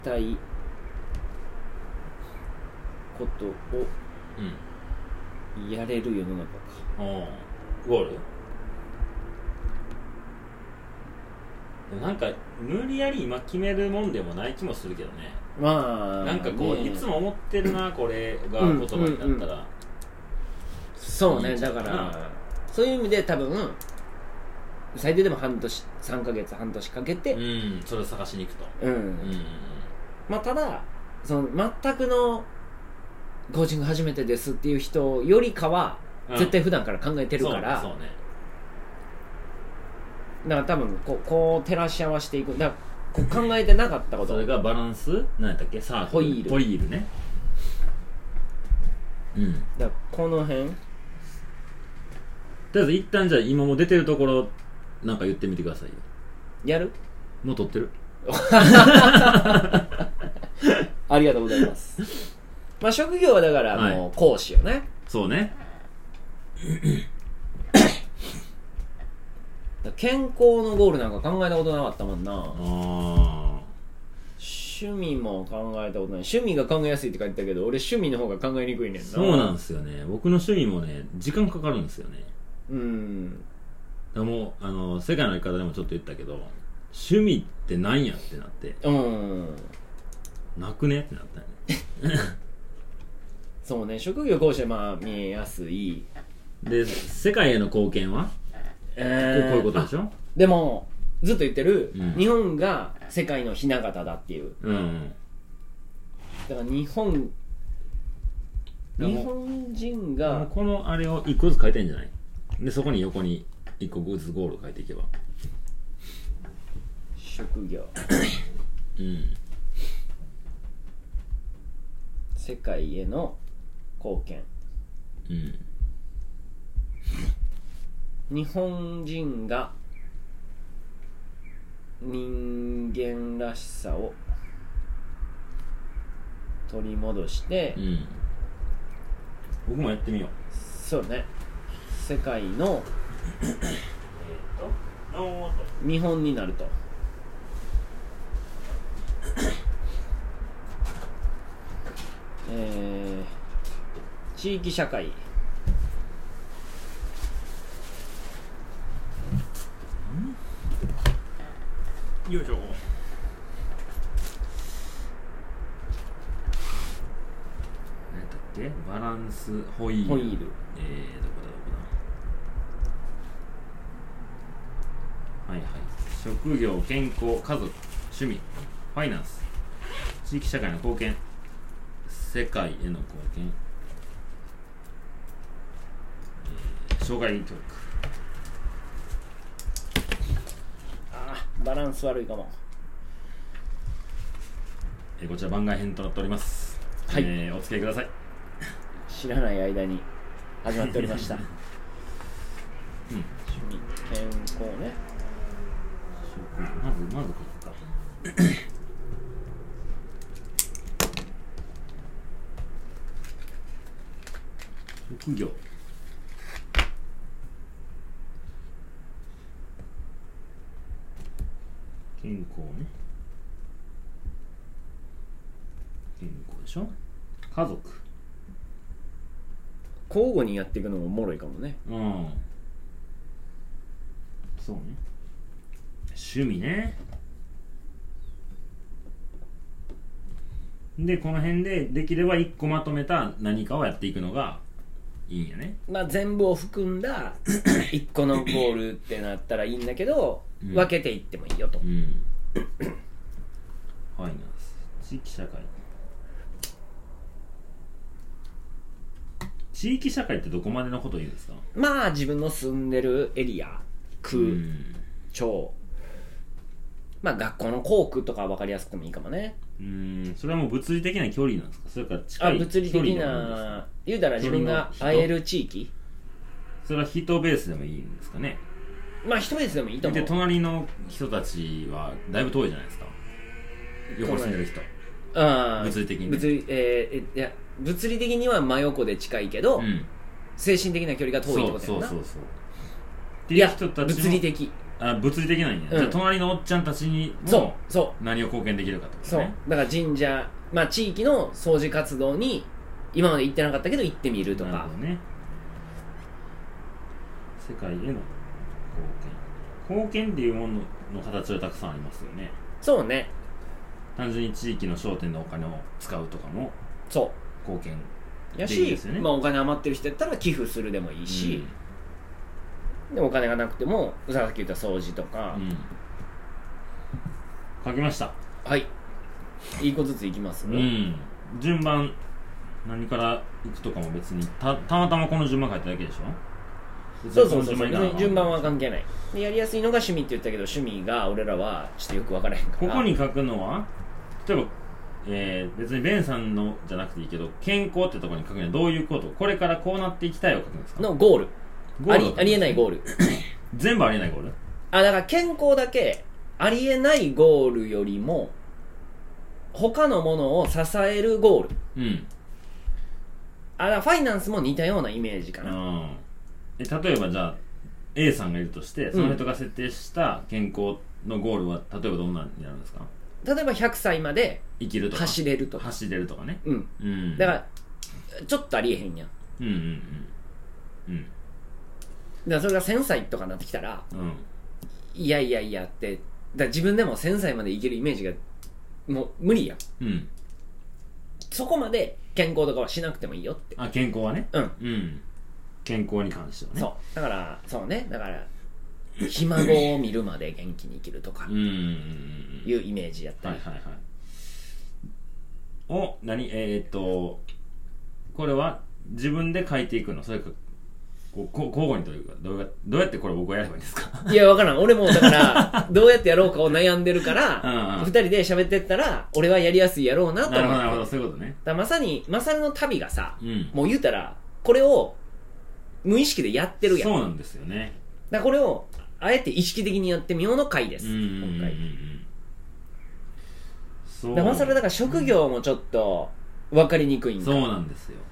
たいことをやれる世の中か。 ゴールなんか無理やり今決めるもんでもない気もするけどね。 まあなんかこう、いつも思ってるなこれが言葉になったら、 そうね。だからそういう意味で多分最低でも半年3ヶ月半年かけて、 それを探しに行くと。 まあただその全くのコーチング初めてですっていう人よりかは絶対普段から考えてるから、 そうね。 だから多分こう照らし合わせていく。だからこう考えてなかったことそれがバランス何やったっけ、サークル、ホイールね。 だからこの辺とりあえず一旦じゃあ今も出てるところなんか言ってみてくださいよ。 やる？ もう撮ってるありがとうございます。まあ職業はだからもう講師よね、 そうね。 健康のゴールなんか考えたことなかったもんな。趣味も考えたことない。趣味が考えやすいって書いてたけど俺趣味の方が考えにくいねんな。 そうなんですよね。僕の趣味もね時間かかるんですよね。でも世界の生き方でもちょっと言ったけど趣味って何やってなってなくねってなったよね。 そうね。職業講師はまあ見えやすいで世界への貢献はこういうことでしょ。 でもずっと言ってる、日本が世界の雛形だっていう、だから日本人がこのあれを一個ずつ書いてんじゃない。でそこに横に一個ずつゴール書いていけば職業世界への貢献、日本人が人間らしさを取り戻して、 僕もやってみよう。 そうね。世界の見本になると。地域社会、 よいしょ。何だっけ、バランスホイール。どこだはいはい。職業、健康、家族、趣味、ファイナンス、地域社会の貢献、世界への貢献、障害教育。 バランス悪いかも。 こちら番外編となっております。お付き合いください。 知らない間に始まっておりました。趣味、健康ね。 まずここか。職業、健康ね。健康でしょ。家族、 交互にやっていくのもおもろいかもね。 そうね。趣味ね。でこの辺でできれば1個まとめた何かをやっていくのがいいんやね。 まあ全部を含んだ1個のゴールってなったらいいんだけど、分けていってもいいよと。 ファイナンス、地域社会。地域社会ってどこまでのことを言うんですか。 まあ自分の住んでるエリア、区、町、まあ学校の校区とか分かりやすくてもいいかもね。 それはもう物理的な距離なんですか。それから近い物理的な、言うたら自分が会える地域。 それは人ベースでもいいんですかね。 まあ人ベースでもいいと思う。 で隣の人たちはだいぶ遠いじゃないですか。横に住んでる人。物理的に、ね、 いや物理的には真横で近いけど、精神的な距離が遠いってことやな。 そうっていう人たちも、 物理的、 物理的なんや、じゃあ隣のおっちゃんたちにも何を貢献できるかってことね。 そうだから神社、地域の掃除活動に今まで行ってなかったけど行ってみるとか。なるほどね。 世界への貢献っていうものの形はたくさんありますよね。 そうね。 単純に地域の商店のお金を使うとかも貢献やし、お金余ってる人やったら寄付するでもいいし、でお金がなくてもさっき言った掃除とか、 書きました。 はい、いい子ずついきますね。 順番何からいくとかも別に たまたまこの順番書いただけでしょ。 そう順番は関係ない。でやりやすいのが趣味って言ったけど、趣味が俺らはちょっとよく分からへんから、 ここに書くのは例えば、別にベンさんのじゃなくていいけど、健康ってところに書くにはどういうこと、これからこうなっていきたいを書くんですか。 のゴール、ありえないゴール全部ありえないゴール。 だから健康だけありえないゴールよりも他のものを支えるゴール。だからファイナンスも似たようなイメージかな。 例えばじゃあ A さんがいるとして、その人が設定した健康のゴールは例えばどんなになるんですか。 例えば100歳まで生きるとか走れるとかね。 だからちょっとありえへんやん。だからそれが1000歳とかになってきたら、いやって、だから自分でも1000歳まで生きるイメージがもう無理やん。そこまで健康とかはしなくてもいいよって。 健康はね。健康に関してはね。 そうだからだからひ孫を見るまで元気に生きるとかいうイメージやったり。 これは自分で書いていくの、それか交互にというか、どうやってこれ僕はやればいいんですか。いや分からん、俺もだからどうやってやろうかを悩んでるから2人で喋ってったら俺はやりやすいやろうなと思って。 なるほど、そういうことね。 だからまさにマサルの旅がさ、もう言うたらこれを無意識でやってるやん。 そうなんですよね。 だからこれをあえて意識的にやってみようの回です、今回。だからそれだから職業もちょっと分かりにくいんか。 そうなんですよ。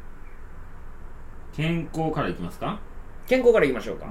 健康からいきますか。 健康からいきましょうか。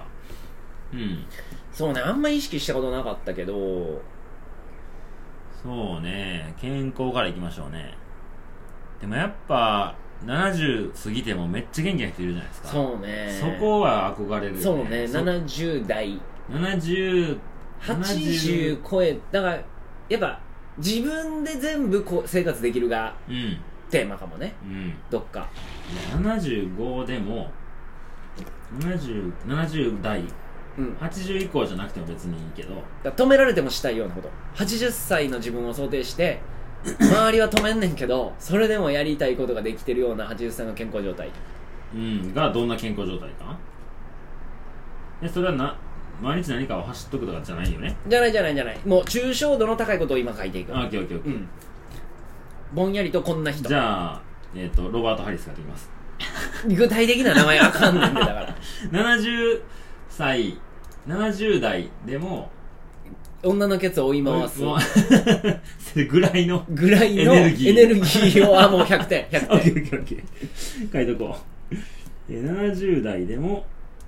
そうね、あんまり意識したことなかったけど、 そうね、健康からいきましょうね。でもやっぱ70過ぎてもめっちゃ元気な人いるじゃないですか。 そうね、 そこは憧れるよね。 そうね、70代 80 80超え、だからやっぱ自分で全部生活できるがテーマかもね、どっか。 75でも70代、80以降じゃなくても別にいいけど、 止められてもしたいようなこと。80歳の自分を想定して周りは止めんねんけどそれでもやりたいことができてるような80歳の健康状態、 がどんな健康状態か。それは毎日何かを走っとくとかじゃないよね。 じゃないもう抽象度の高いことを今書いていく。 オッケー、 ぼんやりとこんな人。 じゃあロバート・ハリスができます。 具体的な名前あかんねんでだから 70代でも女のケツを追い回すぐらいのエネルギーをもう100点オッケー書いとこう。70代でも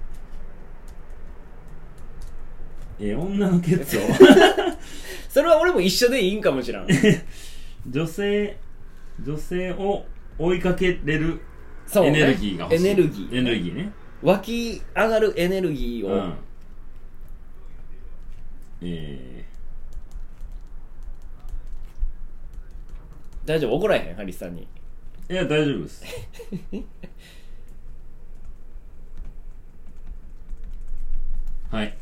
女のケツをそれは俺も一緒でいいんかもしれん。 女性を追いかけれるエネルギーが欲しい。エネルギーね。 湧き上がるエネルギーを、大丈夫？怒らへん？ハリスさんに。 いや大丈夫ですはい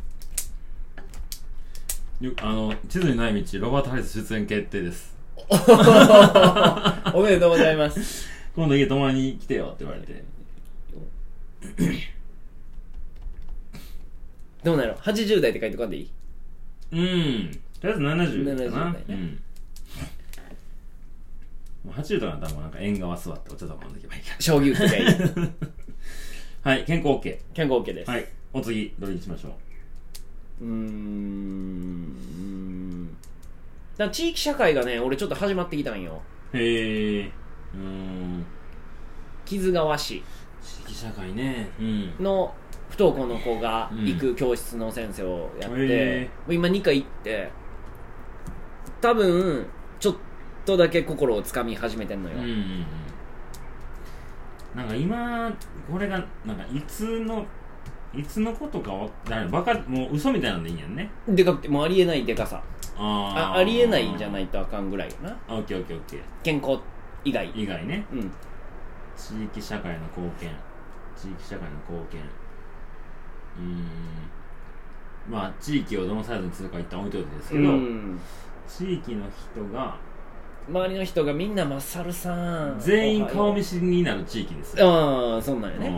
地図にない道、ロバート・ハリス出演決定です。 おめでとうございます。 今度家泊まりに来てよって言われてどうなの？80代って書いてこんでいい？ とりあえず70かな。 代ね。 もう80とかだったらもうなんか縁側座ってお茶とか飲んでいけばいいから。 将棋打ってがいい。 はい、健康 OK。 健康 OK です。 はい、お次どれにしましょう。 だから地域社会がね、俺ちょっと始まってきたんよ。 へえ。 木津川市地域社会ね。 の不登校の子が行く教室の先生をやって、今2回行って多分ちょっとだけ心をつかみ始めてんのよ、 なんか今これがなんかいつのことかバカもう嘘みたいなんでいいんやんね。 でかくてもうありえないでかさ、ありえないんじゃないとあかんぐらいよな。 オッケーオッケーオッケー。 健康以外ね、地域社会の貢献、まあ地域をどのサイズにするか一旦置いといてですけど、地域の人が周りの人がみんなマサルさん全員顔見知りになる地域ですよ。 ああ、そうなんよね。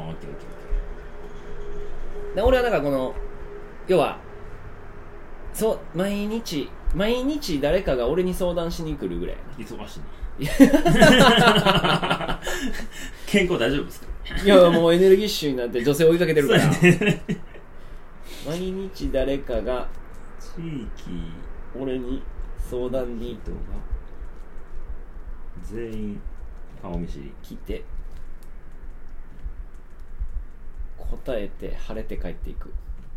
で俺はだからこの要はそう毎日誰かが俺に相談しに来るぐらいやな。忙しいな。健康大丈夫ですか？ いやもうエネルギッシュになって女性追いかけてるから毎日誰かが地域俺に相談に人が全員顔見知り来て答えて晴れて帰っていく。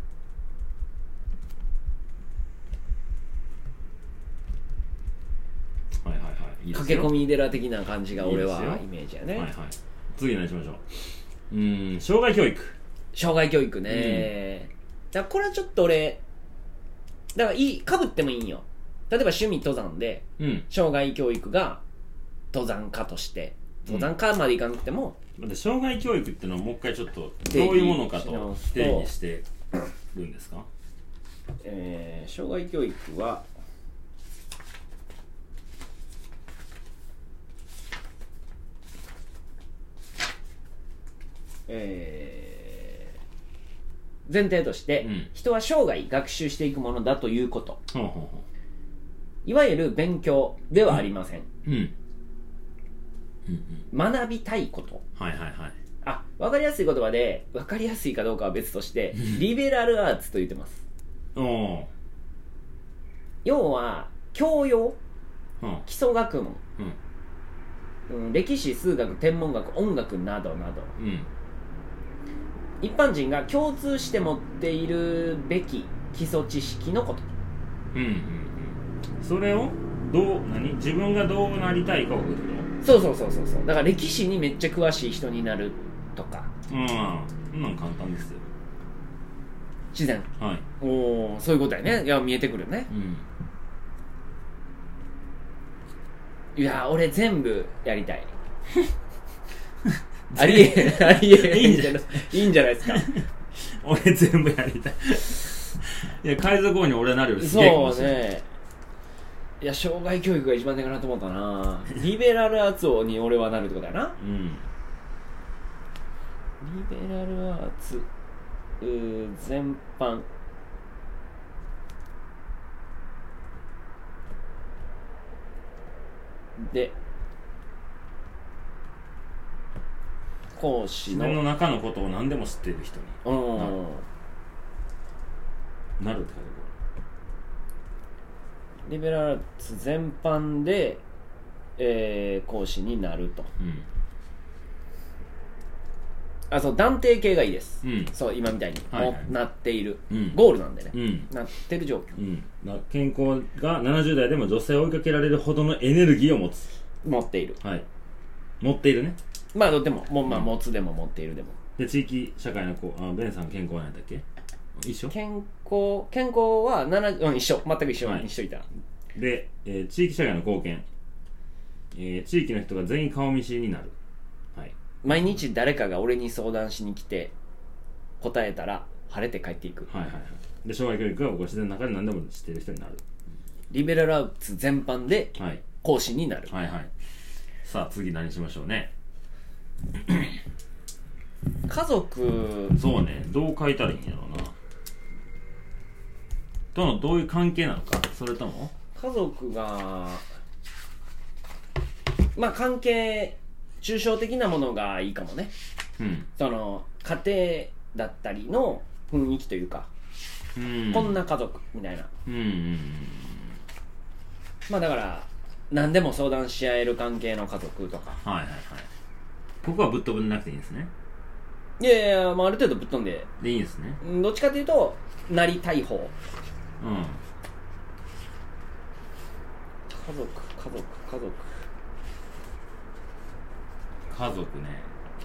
はいはいはい、いいですよ。 駆け込み寺的な感じが俺はイメージやね。 はいはい。次何しましょう。障害教育ね、だからこれはちょっと俺だからかぶってもいいんよ。例えば趣味登山で、障害教育が登山家として登山家までいかなくても、 障害教育っていうのはもう一回ちょっとどういうものかと定義してるんですか？ 障害教育は前提として、人は生涯学習していくものだということ、いわゆる勉強ではありません、学びたいこと、分かりやすい言葉で分かりやすいかどうかは別としてリベラルアーツと言ってます。要は教養、基礎学問、歴史、数学、天文学、音楽などなど、一般人が共通して持っているべき基礎知識のこと、 それを自分がどうなりたいかを言うと。そうだから歴史にめっちゃ詳しい人になるとか、 なん簡単ですよ。 自然、そういうことやね。いや見えてくるね、いや俺全部やりたいありえいいんじゃないですか俺全部やりたいいや海賊王に俺はなるよりすげえかもしれない。 そうね。いや障害教育が一番でかなと思ったな。リベラルアーツ王に俺はなるってことやな、リベラルアーツ全般で講師の自分の中のことを何でも知っている人になるって書いてある。リベラルアーツ全般で、講師になると、そう断定形がいいです、そう今みたいに、なっている、ゴールなんでね、なってる状況、 健康が70代でも女性を追いかけられるほどのエネルギーを持っている、持っているね。 どっちも持つでも持っているでも。 で地域社会のベンさん健康なんだっけ？一緒？ 健康は一緒、全く一緒にしといた。 で、地域社会の貢献、地域の人が全員顔見知りになる。 毎日誰かが俺に相談しに来て答えたら晴れて帰っていく。 で障害教育はご自然の中で何でも知っている人になる。 リベラルアーツ全般で講師になる。 さあ次何しましょうね。 家族、 そうね、どう書いたらいいんやろうな。とのどういう関係なのか、それとも家族が関係抽象的なものがいいかもね、その家庭だったりの雰囲気というか、こんな家族みたいな、だから何でも相談し合える関係の家族とか。 ここはぶっ飛んでなくていいんですね。 いやいや、まあ、ある程度ぶっ飛んでいいんですね。 どっちかというとなりたい方。家族ね。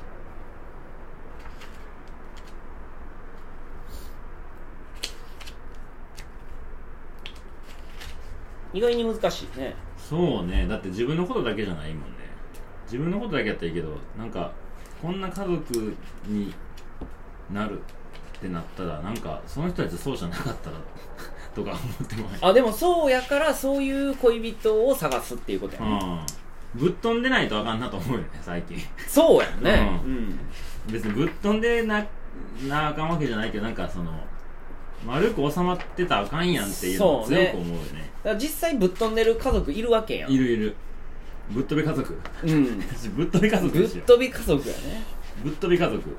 意外に難しいね。 そうね。だって自分のことだけじゃないもんね。自分のことだけやったらいいけど、なんかこんな家族になるってなったら、なんかその人たちそうじゃなかったらとか思ってもあ、でもそうやからそういう恋人を探すっていうことやね。 ぶっ飛んでないとあかんなと思うよね、最近。 そうやね。 別にぶっ飛んでなあかんわけじゃないけど、なんかその丸く収まってたらあかんやんっていうのを強く思うよね。 だから実際ぶっ飛んでる家族いるわけやん。 いる。ぶっ飛び家族。ぶっ飛び家族ですよ。 ぶっ飛び家族やね。 ぶっ飛び家族。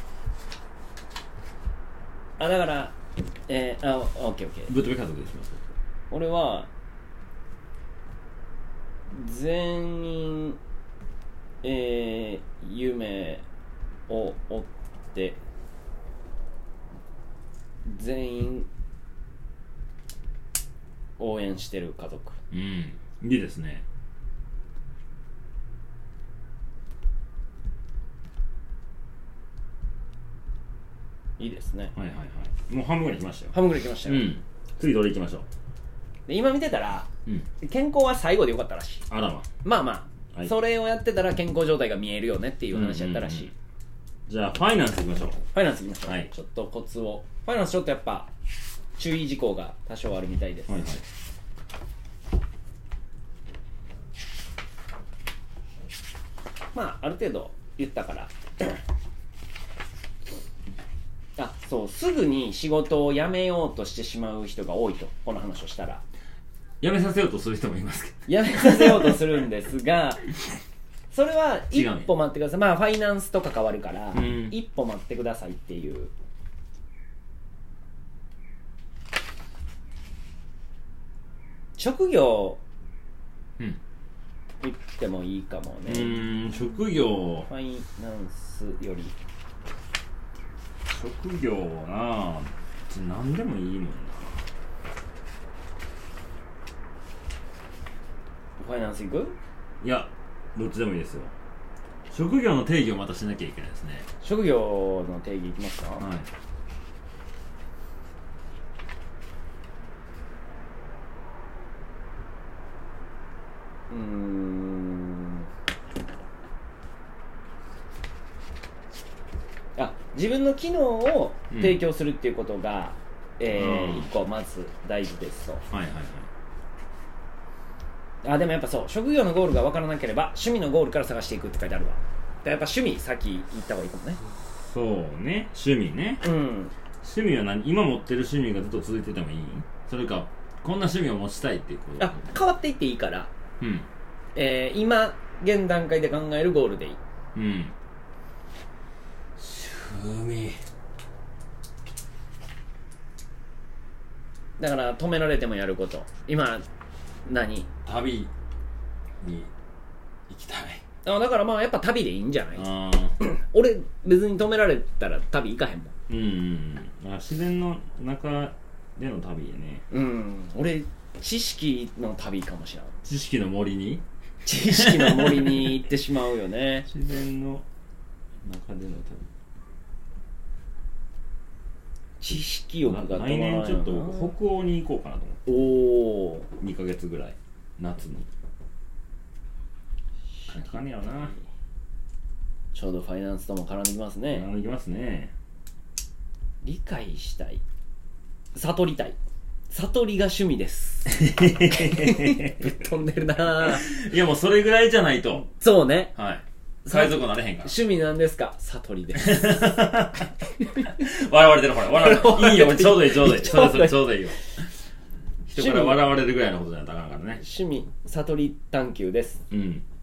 だからオッケー。 ぶっ飛び家族ですよ。 俺は全員夢を追って全員応援してる家族。 いいですね。 いいですね。 はい。もう半分ぐらい来ましたよ。 半分ぐらい来ましたよ。 次どれ行きましょう。 で今見てたら、健康は最後でよかったらしい。 あらまあ、それをやってたら健康状態が見えるよねっていう話やったらしい。 じゃあファイナンス行きましょう。 ちょっとコツを。ファイナンスちょっとやっぱ注意事項が多少あるみたいです。まあある程度言ったからそう、すぐに仕事を辞めようとしてしまう人が多いと、この話をしたら。 辞めさせようとする人もいますけど。辞めさせようとするんですがそれは一歩待ってください。まあファイナンスと関わるから、一歩待ってくださいっていう。職業言ってもいいかもね。 職業ファイナンスより職業はな、何でもいいもんな。 ファイナンスいく？ いや、どっちでもいいですよ。職業の定義をまたしなきゃいけないですね。 職業の定義いきますか？はい。自分の機能を提供するっていうことが、一個まず大事ですと。でもやっぱそう、職業のゴールが分からなければ趣味のゴールから探していくって書いてあるわ。やっぱ趣味先言った方がいいかもね。 そうね、趣味ね。趣味は何？今持ってる趣味がずっと続いててもいい？それかこんな趣味を持ちたいっていうこと？ 変わっていっていいから、今現段階で考えるゴールでいい。 趣味だから止められてもやること。今何？ 旅に行きたい。 だからまあやっぱ旅でいいんじゃない？俺別に止められたら旅行かへんもん。 自然の中での旅やね。 俺知識の旅かもしれない。 知識の森に行ってしまうよね。 自然の中での旅。 知識欲が止まらない来年ちょっと北欧に行こうかなと思って。2ヶ月ぐらい夏に金やな。 ちょうどファイナンスとも絡んできますね。 絡んできますね。 理解したい、悟りたい。悟りが趣味ですぶっ飛んでるな。 いやもうそれぐらいじゃないと。 そうね。 海賊なれへんから。 趣味なんですか？悟りです笑われてる。ほらいいよ、ちょうどいい。それちょうどいいよ。人から笑われるぐらいのことじゃなかったからね。 趣味悟り探求です。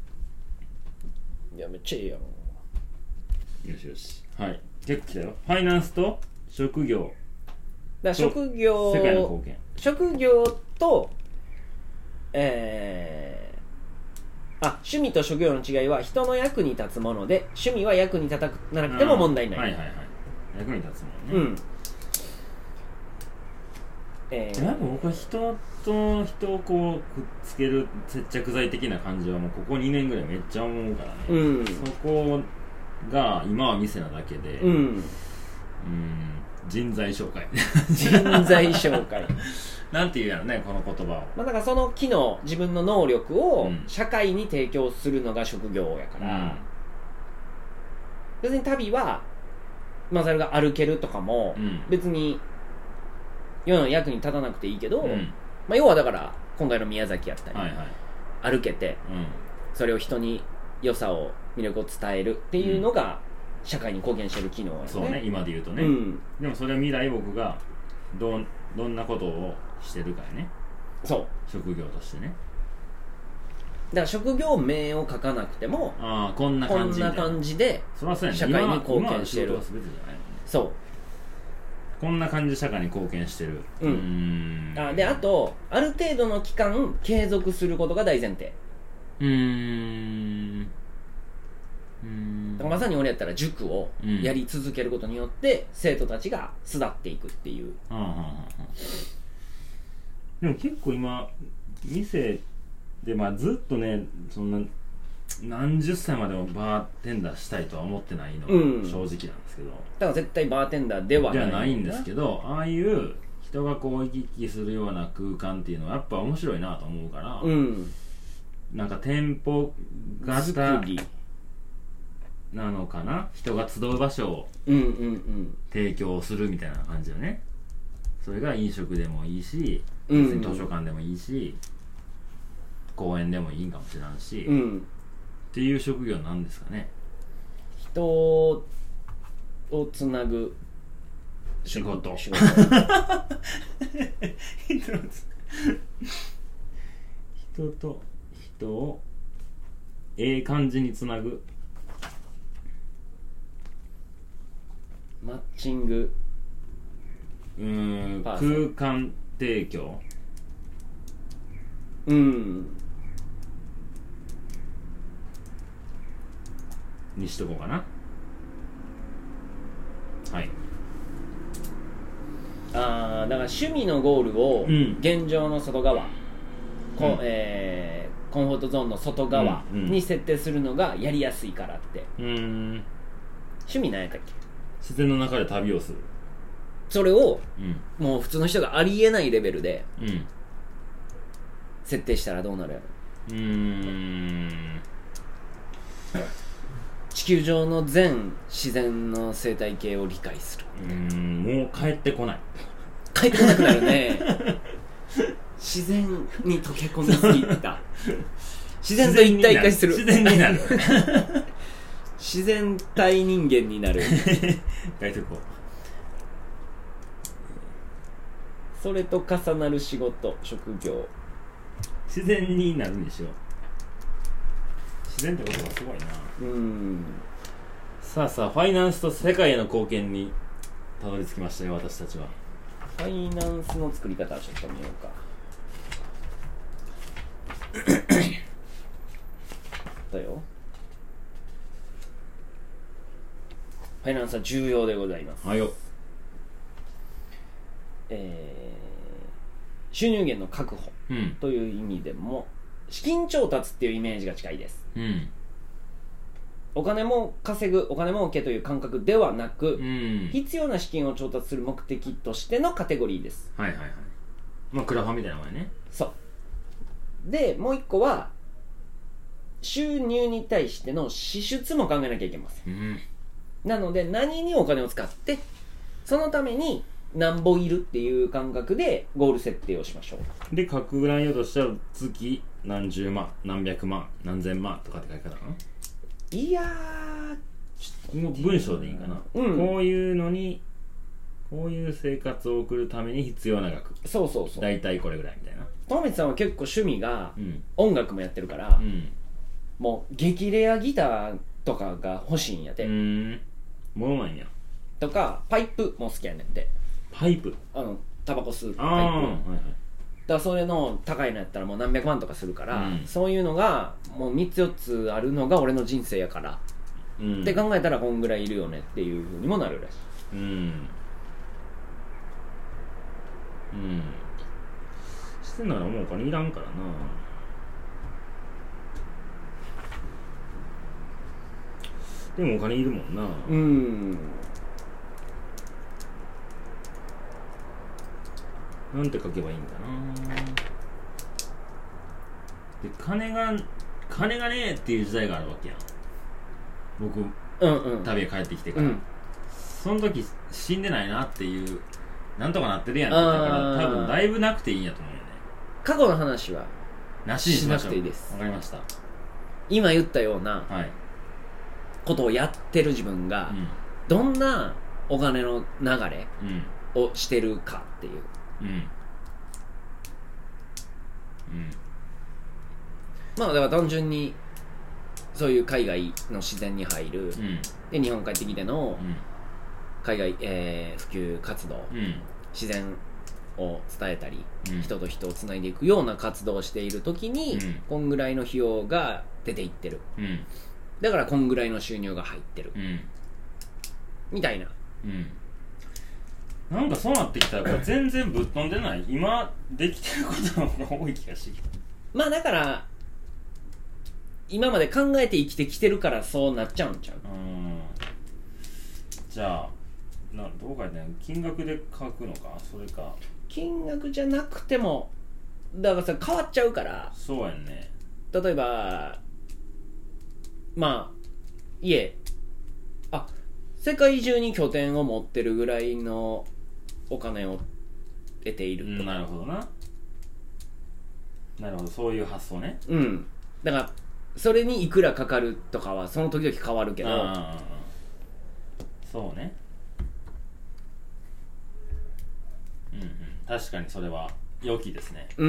やめちゃえよ。 よし。結構来たよ。ファイナンスと職業。 職業、 世界の貢献。 職業と趣味と職業の違いは人の役に立つもので、趣味は役に立たなくても問題ない。 はいはいはい、役に立つもんね。なんか僕は人と人をこうくっつける接着剤的な感じはもうここ2年ぐらいめっちゃ思うからね、そこが今は店なだけで、人材紹介人材紹介なんていうやろね、この言葉を。 だからその機能、自分の能力を社会に提供するのが職業やから、別に旅はそれが歩けるとかも別に世の役に立たなくていいけど、要はだから今回の宮崎やったり、歩けて、それを人に良さを魅力を伝えるっていうのが社会に貢献してる機能やね。 そうね、今で言うとね、でもそれは未来僕がどんなことをしてるかやね。 そう、 職業としてね。 だから職業名を書かなくても、 こんな感じで社会に貢献してる。そう、 こんな感じで社会に貢献してる。 で、あとある程度の期間継続することが大前提。だからまさに俺やったら塾をやり続けることによって生徒たちが巣立っていくっていう。 でも結構今店でずっとね、そんな何十歳までもバーテンダーしたいとは思ってないのが正直なんですけど、 だから絶対バーテンダーではないんですけど、ああいう人がこう行き来するような空間っていうのはやっぱ面白いなと思うから、なんか店舗型なのかな、人が集う場所を提供するみたいな感じよね。それが飲食でもいいし、別に図書館でもいいし、公園でもいいんかもしれないし、っていう職業なんですかね。 人をつなぐ仕事人と人を感じにつなぐ、 マッチング、 空間提供、にしとこうかな。はい。 だから趣味のゴールを現状の外側、コンフォートゾーンの外側に設定するのがやりやすいからって。趣味何やったっけ？ 自然の中で旅をする。 それを、もう普通の人がありえないレベルで設定したらどうなるやろ。地球上の全自然の生態系を理解する。 もう帰ってこない。 帰ってこなくなるね。自然に溶け込みすぎた。自然と一体化する。 自然になる。 自然体人間になる。 書いてこう。 それと重なる仕事、職業。 自然になるんでしょ。自然ってことがすごいな。さあさあ、ファイナンスと世界への貢献にたどり着きましたよ、私たちは。 ファイナンスの作り方をちょっと見ようか。だよ。ファイナンスは重要でございます。 はいよ。 収入源の確保という意味でも、資金調達っていうイメージが近いです。お金も稼ぐ、お金儲けという感覚ではなく、必要な資金を調達する目的としてのカテゴリーです。 はいはいはい。クラファンみたいなもんやね。 そうで、もう一個は収入に対しての支出も考えなきゃいけません。なので何にお金を使って、そのために何ぼいるっていう感覚でゴール設定をしましょう。 で、書くぐらいよとしたら月何十万、何百万、何千万とかって書き方なの？ いやー、もう文章でいいかな、こういうのに、こういう生活を送るために必要な額、 そう大体これぐらいみたいな。 友光さんは結構趣味が音楽もやってるから、もう激レアギターとかが欲しいんやて。 ものなんや。 とかパイプも好きやねんて。 パイプ、 タバコ吸うパイプ、 はいはい、 からそれの高いのやったらもう何百万とかするから、そういうのがもう3つ4つあるのが俺の人生やから、って考えたらこんぐらいいるよねっていうふうにもなるらしい。 してんならもうお金いらんからな。でもお金いるもんな。なんて書けばいいんだな。で金がねえっていう時代があるわけやん。僕、旅へ帰ってきてから、その時死んでないなっていう、なんとかなってるやんって言ったから多分だいぶなくていいんやと思うよね。 過去の話はなしにしましょう。 しなくていいです。 わかりました。 今言ったようなことをやってる自分がどんなお金の流れをしてるかっていう、まあだから単純にそういう海外の自然に入る、で日本帰ってきての海外、普及活動、自然を伝えたり、人と人をつないでいくような活動をしている時に、こんぐらいの費用が出ていってる、だからこんぐらいの収入が入ってる、みたいな、 なんかそうなってきたら全然ぶっ飛んでない。今できてることの方が多い気がしてきた。 まあだから今まで考えて生きてきてるからそうなっちゃうんちゃう。 じゃあどう書いてんの？金額で書くのか、それか金額じゃなくてもだからさ変わっちゃうから。 そうやんね。 例えばまあ世界中に拠点を持ってるぐらいのお金を得ているとか、 なるほどな。なるほど、そういう発想ね。 だからそれにいくらかかるとかはその時々変わるけど、 そうね。確かにそれは良きですね。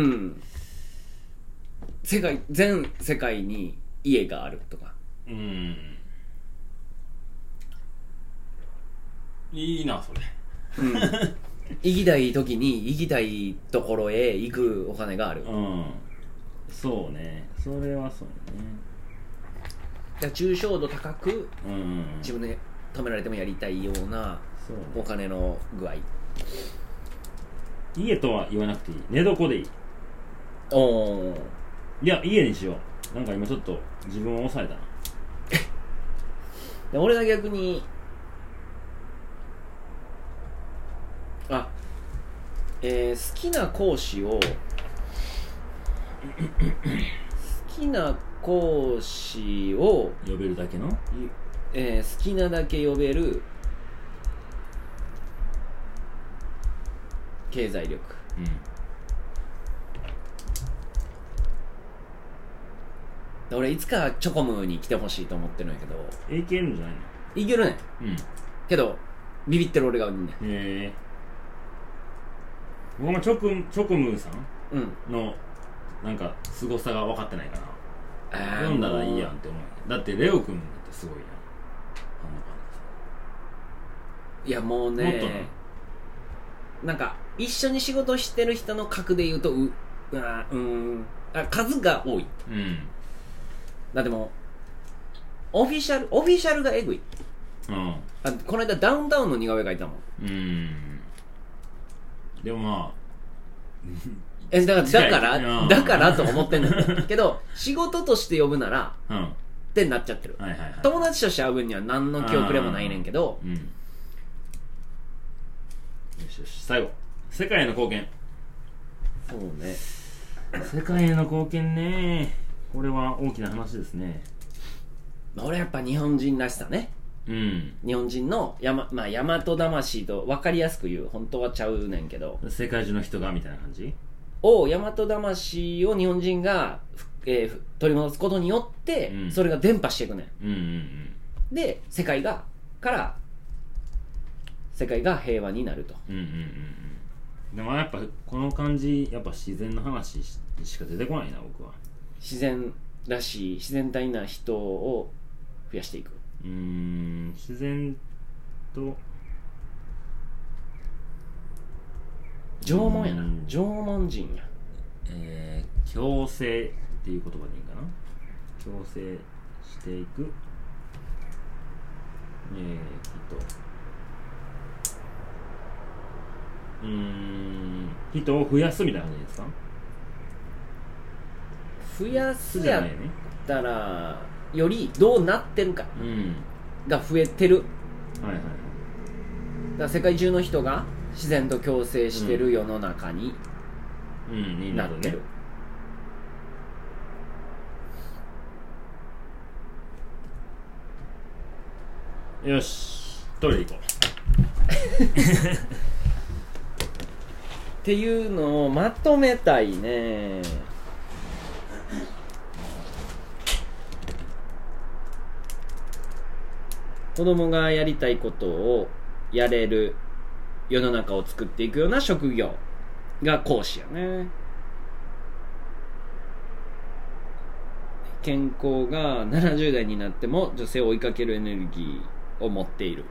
全世界に家があるとか、 いいなそれ。 行きたい時に行きたいところへ行くお金がある。 そうね、それはそうね。 だから抽象度高く、自分で止められてもやりたいようなお金の具合。 家とは言わなくていい、寝床でいい。いや家にしよう。なんか今ちょっと自分を抑えたな。 で俺が逆に好きな講師を呼べるだけの、 好きなだけ呼べる経済力、俺いつかチョコムーに来てほしいと思ってるんやけど。 いけるんじゃないの？ いけるね。けどビビってる俺がいんね。 僕もチョコムーさんのなんか凄さが分かってないかな。読んだらいいやんって思う。だってレオ君ってすごいやん。 いやもうね、なんか一緒に仕事してる人の格で言うと数が多い。だってもうオフィシャルがエグい。この間ダウンタウンの似顔絵描いたもん。 でもまあだからと思ってんだけど仕事として呼ぶならってなっちゃってる。友達として会う分には何の記憶でもないねんけど。 よし最後、世界への貢献。 そうね、 世界への貢献ね。これは大きな話ですね。 俺やっぱ日本人らしさね。日本人の大和魂と分かりやすく言う、本当はちゃうねんけど、 世界中の人がみたいな感じを大和魂を日本人が、取り戻すことによって、それが伝播していくねん。で世界が平和になると。 でもやっぱこの感じ、やっぱ自然の話しか出てこないな僕は。 自然らしい自然体な人を増やしていく。 自然と縄文やな。縄文人や。 共生っていう言葉でいいかな。共生していく人を増やすみたいな感じですか。 増やすやったらよりどうなってるかが増えてる、はいはいはい、だから世界中の人が自然と共生してる世の中になってる、 よしトイレ行こうっていうのをまとめたいね。子供がやりたいことをやれる世の中を作っていくような職業が講師やね。健康が70代になっても女性を追いかけるエネルギーを持っている。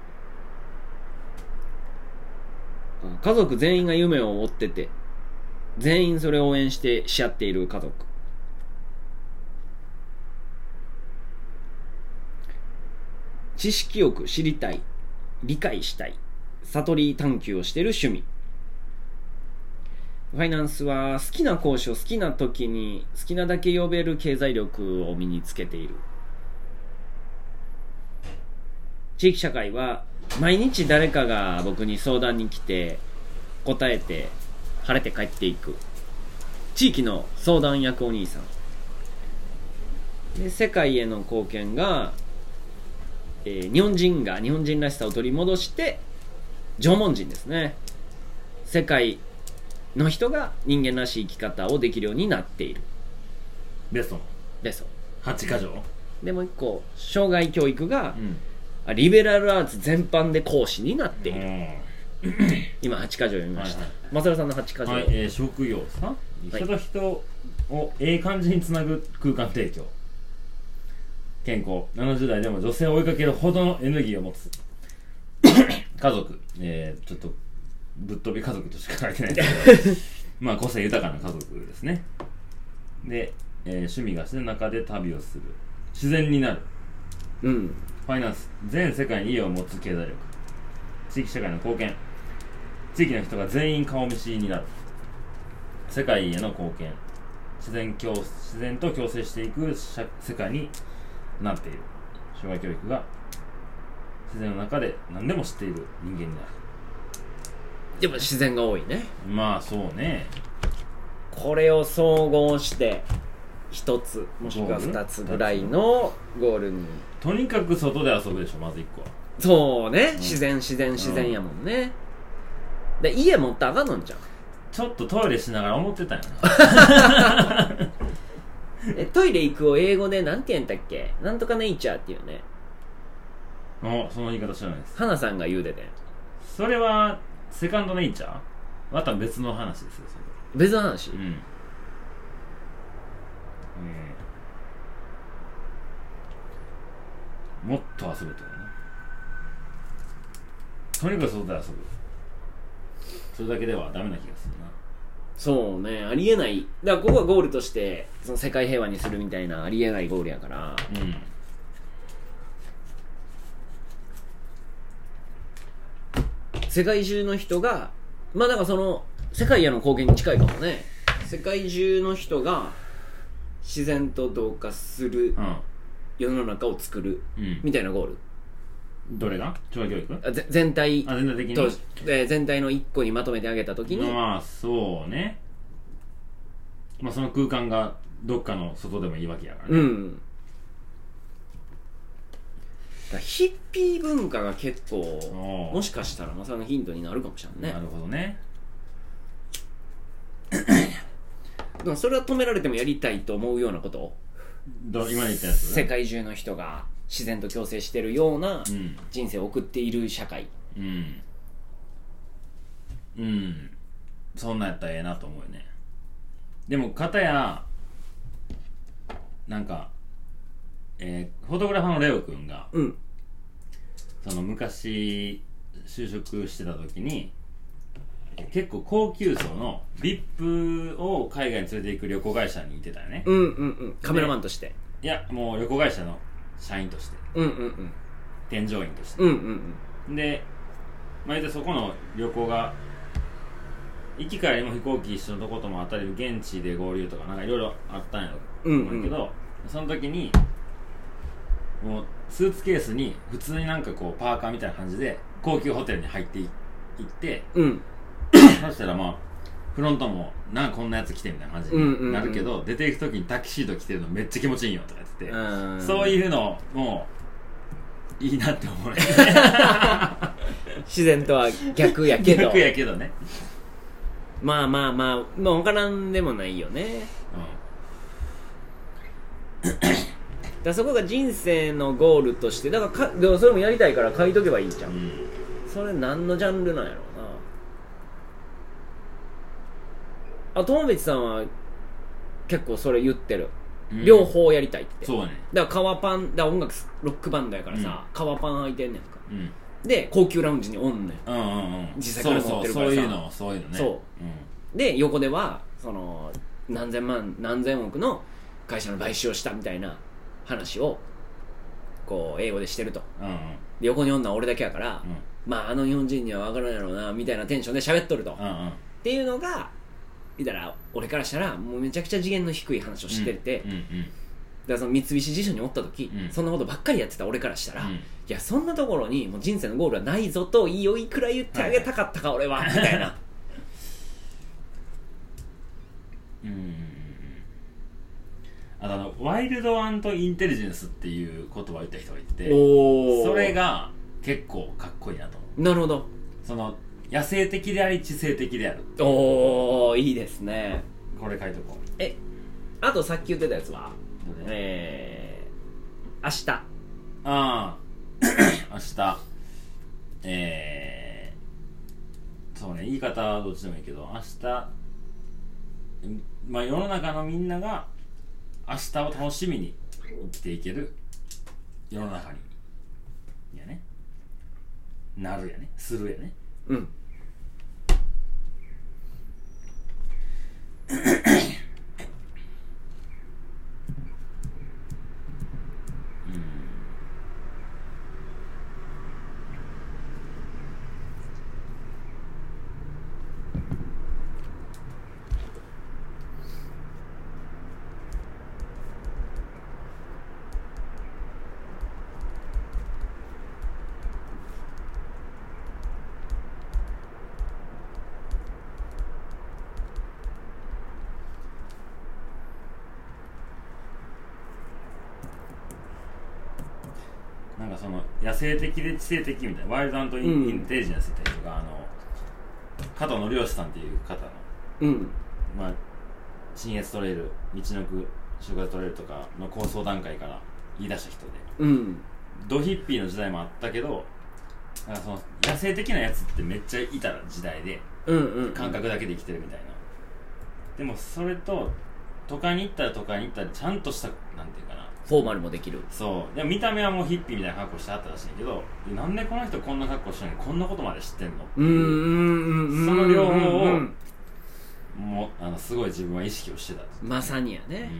家族全員が夢を追ってて全員それを応援し合っている家族。知識よく知りたい、理解したい、悟り探求をしている趣味。ファイナンスは好きな講師を好きな時に好きなだけ呼べる経済力を身につけている。地域社会は毎日誰かが僕に相談に来て答えて晴れて帰っていく地域の相談役お兄さんで、世界への貢献が、日本人が日本人らしさを取り戻して縄文人ですね。世界の人が人間らしい生き方をできるようになっている。 ベスト8か条でもう一個障害教育が、リベラルアーツ全般で講師になっている。今8か条読みました。マサルさんの8か条、 職業ですか。人と人を感じにつなぐ空間提供。健康、70代でも女性を追いかけるほどのエネルギーを持つ家族、ちょっとぶっ飛び家族としか書いてないですけどまあ個性豊かな家族ですね。で、趣味が自然の中で旅をする、自然になる、ファイナンス、全世界に家を持つ経済力、地域社会の貢献、地域の人が全員顔見知りになる、世界への貢献、自然と共生していく世界になっている。障害教育が自然の中で何でも知っている人間になる。 でも自然が多いね。 まあそうね。 これを総合して1つもしくは2つぐらいのゴールに。 とにかく外で遊ぶでしょ、まず1個は。 そうね、自然やもんね。で家持ったらあかんのんちゃう。 ちょっとトイレしながら思ってたんやなトイレ行くを英語でなんて言うんだっけ。なんとかネイチャーっていうね。 その言い方知らないです。 花さんが言うでね。 それはセカンドネイチャー、また別の話ですよ。それ別の話。 もっと遊べとかね。とにかく外で遊ぶ。それだけではダメな気がするな。 そうね、ありえない。だからここはゴールとしてその世界平和にするみたいなありえないゴールやから、世界中の人がまあだからその世界への貢献に近いかもね。世界中の人が自然と同化する世の中を作るみたいなゴール。 どれが障害教育？ 全体的にと全体の一個にまとめてあげたときに、 まあそうね。まあその空間がどっかの外でもいいわけやからね。 だヒッピー文化が結構もしかしたらまさのヒントになるかもしれないね。 なるほどね。 でもそれは止められてもやりたいと思うようなことを今言ったやつ、 世界中の人が自然と共生してるような人生を送っている社会、そんなんやったらええなと思うよね。 でも片やなんか、フォトグラファーのレオ君が、その昔就職してた時に、 結構高級層の VIP を海外に連れて行く旅行会社にいてたよね。 カメラマンとして。 いやもう旅行会社の社員として、添乗員として、で、まあ、そこの旅行が行き帰りも飛行機一緒のとこともあったり現地で合流とかなんかいろいろあったんやろ思うけど、その時にもうスーツケースに普通になんかこうパーカーみたいな感じで高級ホテルに入っていって、そしたらまあフロントもなんかこんなやつ来てみたいな感じになるけど、出ていく時にタキシード着てるのめっちゃ気持ちいいよとか言ってて、そういうのもいいなって思うね自然とは逆やけど逆やけどね。 まあ分からんでもないよね。だそこが人生のゴールとして、だからでもそれもやりたいから書いとけばいいじゃん、それ何のジャンルなんやろうな。友別さんは結構それ言ってる、両方やりたいって。 そうね。 だから革パンだ、音楽ロックバンドやからさ、革パン履いてんねんか、で高級ラウンジにおんねん、実際から持ってるからさ、 そういうのね。 そう、で横ではその何千万何千億の会社の買収をしたみたいな話をこう英語でしてると、で横におんのは俺だけやから、まあ日本人には分からんやろうなみたいなテンションで喋っとると、っていうのが言ったら俺からしたらもうめちゃくちゃ次元の低い話をしてて、だからその三菱地所におった時、そんなことばっかりやってた俺からしたら、いやそんなところにもう人生のゴールはないぞといいくら言ってあげたかったか俺はみたいなワイルド&インテリジェンスっていう言葉を言った人がいて、それが結構かっこいいなと思う。 なるほど。 その野生的であり知性的である。 おー、いいですね。 これ書いとこう。 あとさっき言ってたやつは明日。 ああ明日そうね、言い方はどっちでもいいけど、明日まあ世の中のみんなが明日を楽しみに生きていける世の中にやね、なるやね、するやね。なんかその野生的で知性的みたいな、ワイルド&インテリジェンスっていうのが、加藤則義さんっていう方の、まあ信越トレイル、道のく就活トレイルとかの構想段階から言い出した人で、ドヒッピーの時代もあったけど、なんかその野生的なやつってめっちゃいた時代で、感覚だけで生きてるみたいな。でもそれと都会に行ったらちゃんとしたなんていうかな、 フォーマルもできる。 そうでも見た目はもうヒッピーみたいな格好してあったらしいけど、なんでこの人こんな格好してるのにこんなことまで知ってんのっていう、その両方をもうすごい自分は意識をしてた。 まさにやね、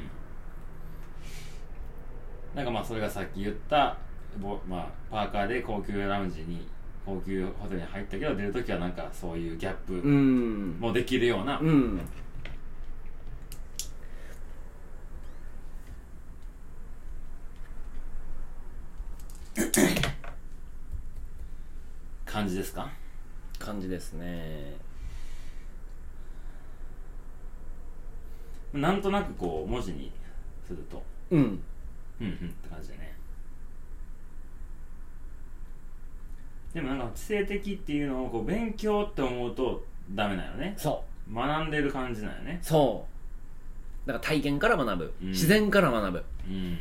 なんかまあそれがさっき言ったまあ、パーカーで高級ラウンジに高級ホテルに入ったけど出るときはなんかそういうギャップもできるような、感じですか？ 感じですね。 なんとなくこう文字にするとって感じだね。でもなんか知性的っていうのをこう勉強って思うとダメなよね。 そう学んでる感じなよね。 そうだから体験から学ぶ、自然から学ぶ、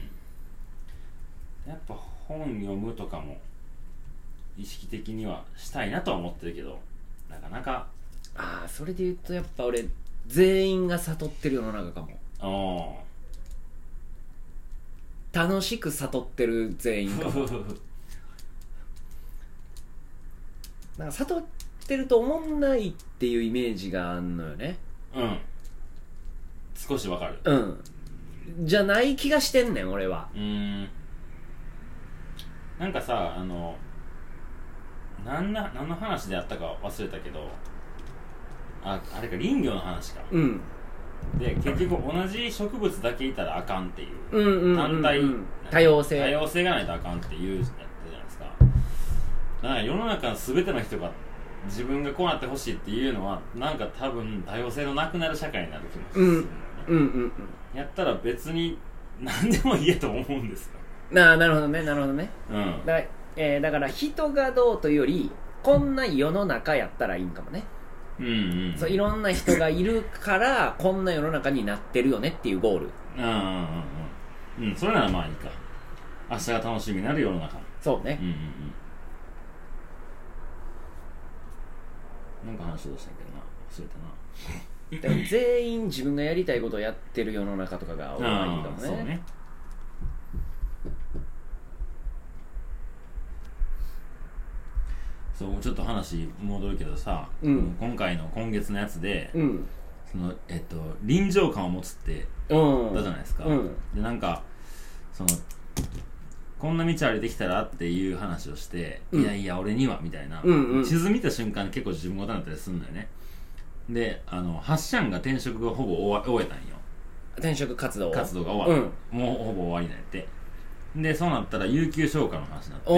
やっぱ本読むとかも意識的にはしたいなとは思ってるけど、なかなか。 それで言うとやっぱ俺全員が悟ってる世の中かも。楽しく悟ってる全員かもなんか悟っってると思んないっていうイメージがあんのよね。 うん、少しわかる。 じゃない気がしてんねん俺は。 なんかさ、何の話であったか忘れたけど、あれか、林業の話か。で結局同じ植物だけいたらあかんっていう、単体多様性がないとあかんっていうやつじゃないですか。だから世の中の全ての人が自分がこうなってほしいっていうのは、なんか多分多様性のなくなる社会になる気もするんだよね。やったら別に何でもいいやと思うんですよ。 なるほどね。だから人がどうというより、こんな世の中やったらいいんかもね。そう、いろんな人がいるからこんな世の中になってるよねっていうゴール。 それならまあいいか。明日が楽しみになる世の中。 そうね。 なんか話をしたけどな、忘れたな。 でも全員自分がやりたいことをやってる世の中とかが俺はいいかもね。 そうね。そう、ちょっと話戻るけどさ、今月のやつで、その臨場感を持つって言ったじゃないですか。でなんかそのこんな道歩いてきたらっていう話をして、いやいや俺にはみたいな、地図見た瞬間に結構自分ごとになったりするんだよね。でハッシャンが転職がほぼ終えたんよ。 転職活動が終わる、もうほぼ終わりなんやって。でそうなったら有給消化の話になって、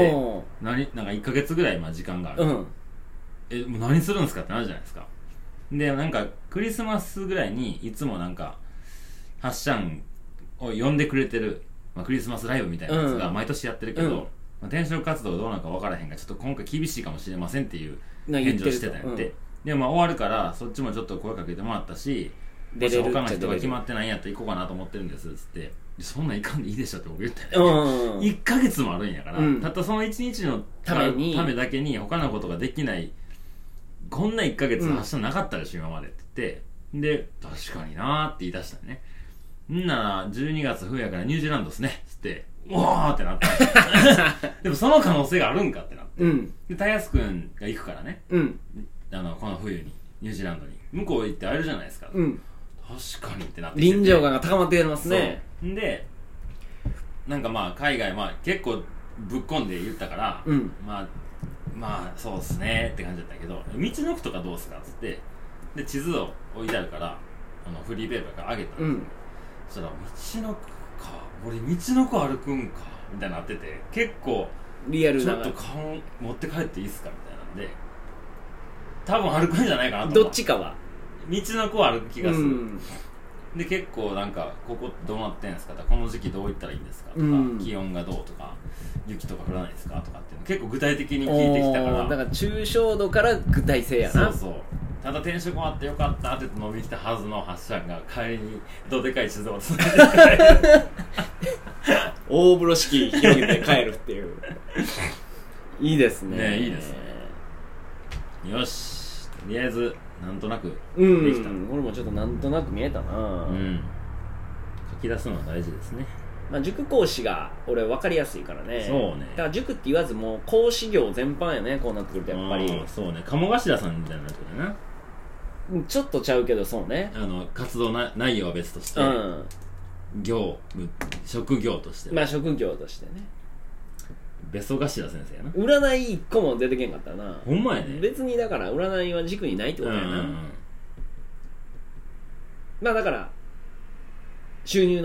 なんか1ヶ月ぐらい時間がある、もう何するんですかってなるじゃないですか。でなんかクリスマスぐらいにいつもなんかハッシャンを呼んでくれてる、クリスマスライブみたいなやつが毎年やってるけど、転職活動どうなるか分からへんがちょっと今回厳しいかもしれませんっていう返事をしてたんやって。で終わるからそっちもちょっと声かけてもらったし、もし他の人が決まってないんやったら行こうかなと思ってるんですっつって、そんなんいかんでいいでしょって僕言ったよね。1ヶ月もあるんやから、たったその1日のためだけに他のことができない、こんな1ヶ月発射なかったでしょ今までって言って、で確かになーって言い出したね。んなら12月冬やからニュージーランドっすねっつって、うわーってなったでもその可能性があるんかってなって、でたやすくんが行くからね、この冬にニュージーランドに向こう行って会えるじゃないですか、確かにってなって臨場感が高まってますね。 でなんか海外結構ぶっこんで言ったから、まあそうっすねって感じだったけど、道のくとかどうすかっつって、で地図を置いてあるからフリーペーパーからあげたんですよ。そしたら道のくか、俺道のく歩くんかみたいになってて、結構リアルなちょっと顔持って帰っていいっすかみたいなんで、多分歩くんじゃないかなと。 どっちかは道のくを歩く気がする、で結構なんかここどうなってんですかとか、この時期どういったらいいんですかとか、気温がどうとか、雪とか降らないですかとかっていうの結構具体的に聞いてきたから、 だから抽象度から具体性やな。 そうただ転職終わってよかったって伸びてきたはずのハッシャンが帰りにどでかい地図をつないで帰る大風呂敷広げて帰るっていういいですね。 いいですね。よし、とりあえずなんとなくできた。 俺もちょっとなんとなく見えたな。 書き出すのは大事ですね。 塾講師が俺分かりやすいからね。 そうね。 だから塾って言わずもう講師業全般やね、こうなってくるとやっぱり。 そうね、鴨頭さんみたいなとこだな。 ちょっとちゃうけど、そうね。 活動内容は別として、職業として。 職業としてね。 ベソ頭先生やな。 占い一個も出てけんかったな。 ほんまやね。 別にだから占いは軸にないってことやな。だから収入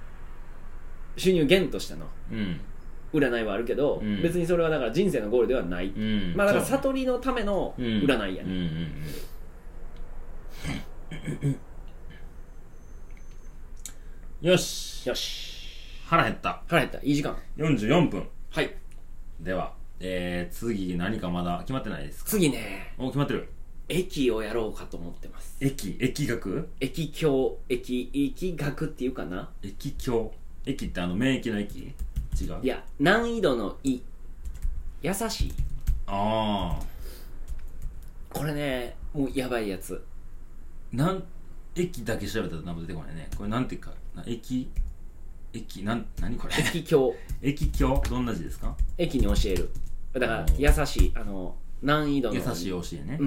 源としての占いはあるけど、別にそれはだから人生のゴールではない。だから悟りのための占いやね。 よし腹減った。 いい時間 44分。 はい。 では次何かまだ決まってないですか？ 次ね、 決まってる。 駅をやろうかと思ってます。 疫学っていうかな。 疫って免疫の疫？違う。 いや、難易度の優しい。これね、もうやばいやつ。 駅だけ調べたら何も出てこないね。これなんていうか、何これ？疫教どんな字ですか？ 駅に教える。だから優しい、 難易度の優しい教えね。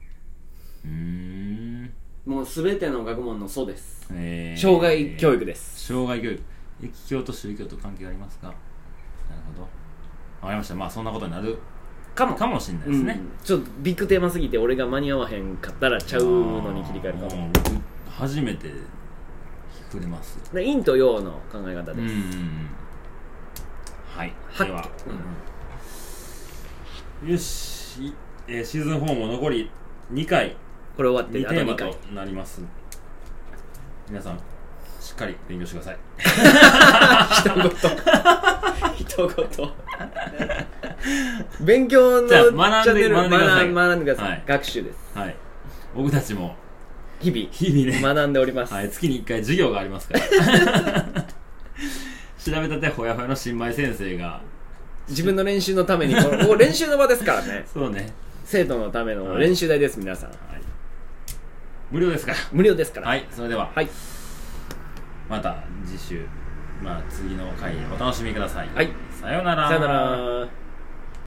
もう全ての学問の祖です。障害教育です。 障害教育。易教と宗教と関係ありますか？なるほど。わかりました。まあそんなことになるかもしれないですね。 ちょっとビッグテーマすぎて俺が間に合わへんかったらちゃうのに切り替えるかも。 僕初めて触れます。 陰と陽の考え方です。 はい。では、よし、シーズン4も残り2回。 これ終わって 2テーマとなります。皆さんしっかり勉強してください。 一言勉強のチャンネル学んでください。学習です。 はい。僕たちも日々ね学んでおります。 はい。月に1回授業がありますから。調べたてほやほやの新米先生が自分の練習のためにここ練習の場ですからね。 そうね。 生徒のための練習台です、皆さん。 無料ですから。 無料ですから。 はい。それでは。 はい。 また次週、次の回お楽しみください。 はい。 さようなら。 さようなら。